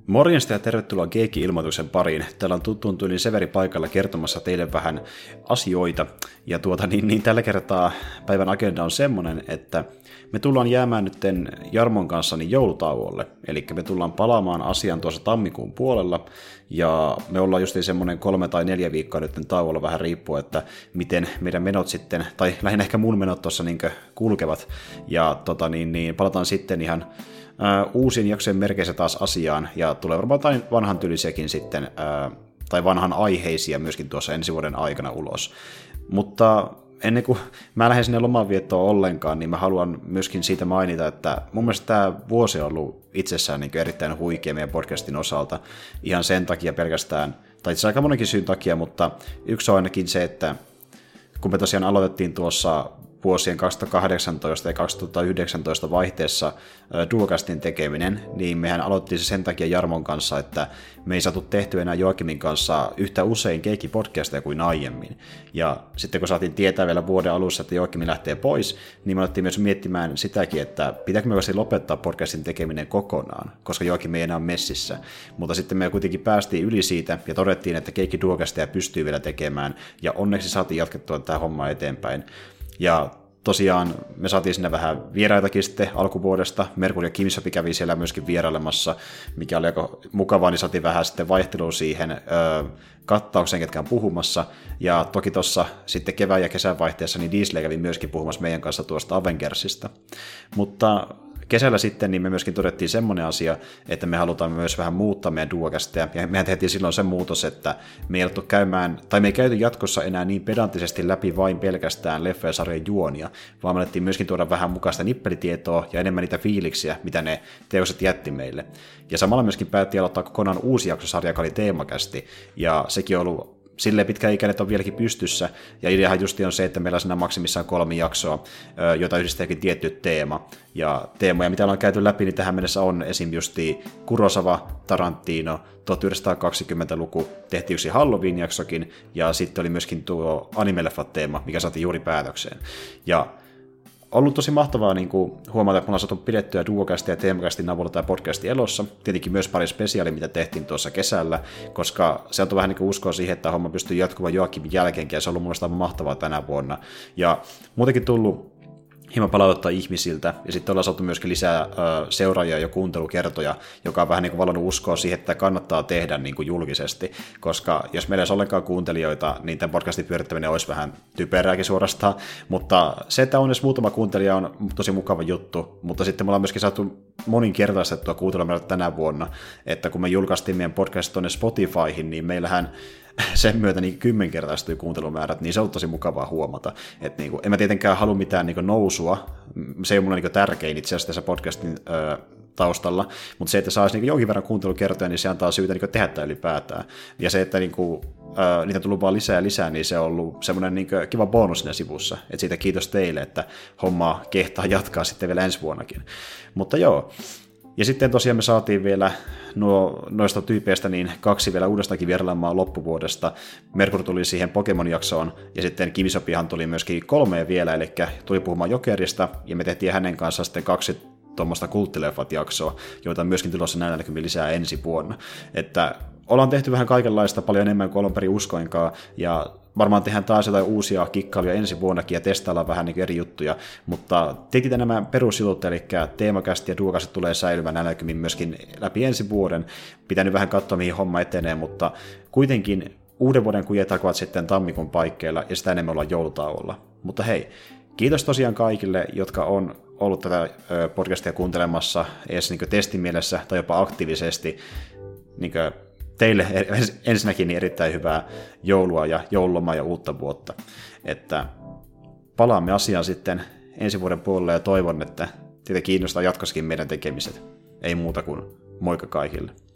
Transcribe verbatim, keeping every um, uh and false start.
Morjesta ja tervetuloa Geekki-ilmoituksen pariin. Täällä on tuttuun tyylin Severi paikalla kertomassa teille vähän asioita. Ja tuota, niin, niin tällä kertaa päivän agenda on semmoinen, että me tullaan jäämään nyt Jarmon kanssa niin joulutauolle. Eli me tullaan palaamaan asian tuossa tammikuun puolella. Ja me ollaan just semmoinen kolme tai neljä viikkoa nyt tauolla vähän riippuu, että miten meidän menot sitten, tai lähinnä ehkä mun menot tuossa niin kulkevat. Ja tota, niin, niin, palataan sitten ihan Uh, uusien jaksojen merkeissä taas asiaan, ja tulee varmaan jotain vanhan tyylisiäkin sitten, uh, tai vanhan aiheisia myöskin tuossa ensi vuoden aikana ulos. Mutta ennen kuin mä lähden sinne lomanviettoon ollenkaan, niin mä haluan myöskin siitä mainita, että mun mielestä tämä vuosi on ollut itsessään niin erittäin huikea meidän podcastin osalta, ihan sen takia pelkästään, tai itse aika monenkin syyn takia, mutta yksi on ainakin se, että kun me tosiaan aloitettiin tuossa vuosien kaksituhattakahdeksantoista ja kaksituhattayhdeksäntoista vaihteessa Duocastin tekeminen, niin mehän aloitti se sen takia Jarmon kanssa, että me ei saatu tehtyä enää Joakimin kanssa yhtä usein Geekki-podcasteja kuin aiemmin. Ja sitten kun saatiin tietää vielä vuoden alussa, että Joakimi lähtee pois, niin me alettiin myös miettimään sitäkin, että pitääkö me voisi lopettaa podcastin tekeminen kokonaan, koska Joakimi ei enää ole messissä. Mutta sitten me kuitenkin päästiin yli siitä ja todettiin, että Geekki-Duocasteja pystyy vielä tekemään, ja onneksi saatiin jatkettua tämä homma eteenpäin. Ja tosiaan me saatiin sinne vähän vieraitakin sitten alkuvuodesta. Merkuri ja Kimsopi kävi siellä myöskin vierailemassa, mikä oli aika mukavaa, niin saatiin vähän sitten vaihtelua siihen öö, kattaukseen, ketkä on puhumassa. Ja toki tuossa sitten kevään ja kesän vaihteessa niin Diesel kävi myöskin puhumassa meidän kanssa tuosta Avengersista. Mutta kesällä sitten niin me myöskin todettiin semmoinen asia, että me halutaan myös vähän muuttaa meidän Duocasteja, ja mehän tehtiin silloin se muutos, että me ei alettu käymään, tai me ei käyty jatkossa enää niin pedanttisesti läpi vain pelkästään leffa- ja sarjan juonia, vaan me alettiin myöskin tuoda vähän mukaista nippelitietoa ja enemmän niitä fiiliksiä, mitä ne teokset jätti meille. Ja samalla myöskin päätti aloittaa kokonaan uusi jaksosarja, joka oli teemakästi, ja sekin on ollut silleen pitkäikäinen, että on vieläkin pystyssä, ja ideahan justi on se, että meillä on siinä maksimissaan kolme jaksoa, jota yhdistääkin tietty teema. Ja teemoja, mitä ollaan käyty läpi, niin tähän mennessä on esim. Justi Kurosawa, Tarantino, tuhatyhdeksänsataakaksikymmentäluku, tehtiin yksi Halloween-jaksokin, ja sitten oli myöskin tuo anime-leffat-teema, mikä saatiin juuri päätökseen. Ja ollut tosi mahtavaa niin kuin huomata, että me ollaan saatu pidettyä Duocastin ja Teemakastin avulla tämä podcasti elossa. Tietenkin myös pari spesiaalia, mitä tehtiin tuossa kesällä, koska se on vähän niin kuin uskoa siihen, että homma pystyy jatkumaan Joakimin jälkeenkin, ja se on ollut mun mielestä mahtavaa tänä vuonna. Ja muutenkin tullut hieman palautetta ihmisiltä, ja sitten ollaan saatu myöskin lisää ö, seuraajia ja kuuntelukertoja, joka on vähän niin kuin vallannut uskoa siihen, että kannattaa tehdä niin kuin julkisesti, koska jos meillä ei olisi ollenkaan kuuntelijoita, niin tämän podcastin pyörittäminen olisi vähän typerääkin suorastaan, mutta se, että on edes muutama kuuntelija, on tosi mukava juttu, mutta sitten me ollaan myöskin saatu moninkertaistettua kuuntelumäärät tänä vuonna, että kun me julkaistiin meidän podcast tuonne Spotifyhin, niin meillähän sen myötä niin kymmenkertaistui kuuntelumäärät, niin se on tosi mukavaa huomata. Että niin kuin, en mä tietenkään halua mitään niin kuin nousua, se ei ole mulle niin tärkein itse asiassa tässä podcastin ö, taustalla, mutta se, että saisi niin jonkin verran kuuntelukertoja, niin se antaa syytä niin tehdä tämä ylipäätään. Ja se, että niin kuin, ö, niitä on tullut vaan lisää ja lisää, niin se on ollut semmoinen niin kiva bonus siinä sivussa. Että siitä kiitos teille, että hommaa kehtaa jatkaa sitten vielä ensi vuonnakin. Mutta joo. Ja sitten tosiaan me saatiin vielä nuo, noista tyypeistä niin kaksi vielä uudestakin vierailemaan loppuvuodesta. Merkur tuli siihen Pokemon-jaksoon, ja sitten Kimisopihan tuli myöskin kolmeen vielä, eli tuli puhumaan Jokerista, ja me tehtiin hänen kanssaan sitten kaksi tuommoista kulttileffat-jaksoa, joita on myöskin tulossa näillä näkymin lisää ensi vuonna. Että ollaan tehty vähän kaikenlaista, paljon enemmän kuin alun perin uskoinkaan, ja varmaan tehdään taas jotain uusia kikkailuja ensi vuonnakin ja testaillaan vähän niin eri juttuja, mutta tietenkin nämä perusjutut, eli teemakästi ja duokaset tulee säilymään näkymin myöskin läpi ensi vuoden. Pitää nyt vähän katsoa, mihin homma etenee, mutta kuitenkin uuden vuoden kujet alkavat sitten tammikuun paikkeilla ja sitä enemmän ollaan joulutauolla. Mutta hei, kiitos tosiaan kaikille, jotka on ollut tätä podcastia kuuntelemassa edes niin testimielessä tai jopa aktiivisesti. Niin teille ensinnäkin niin erittäin hyvää joulua ja joululomaa ja uutta vuotta. Että palaamme asiaan sitten ensi vuoden puolelle ja toivon, että teitä kiinnostaa jatkossakin meidän tekemiset. Ei muuta kuin moikka kaikille.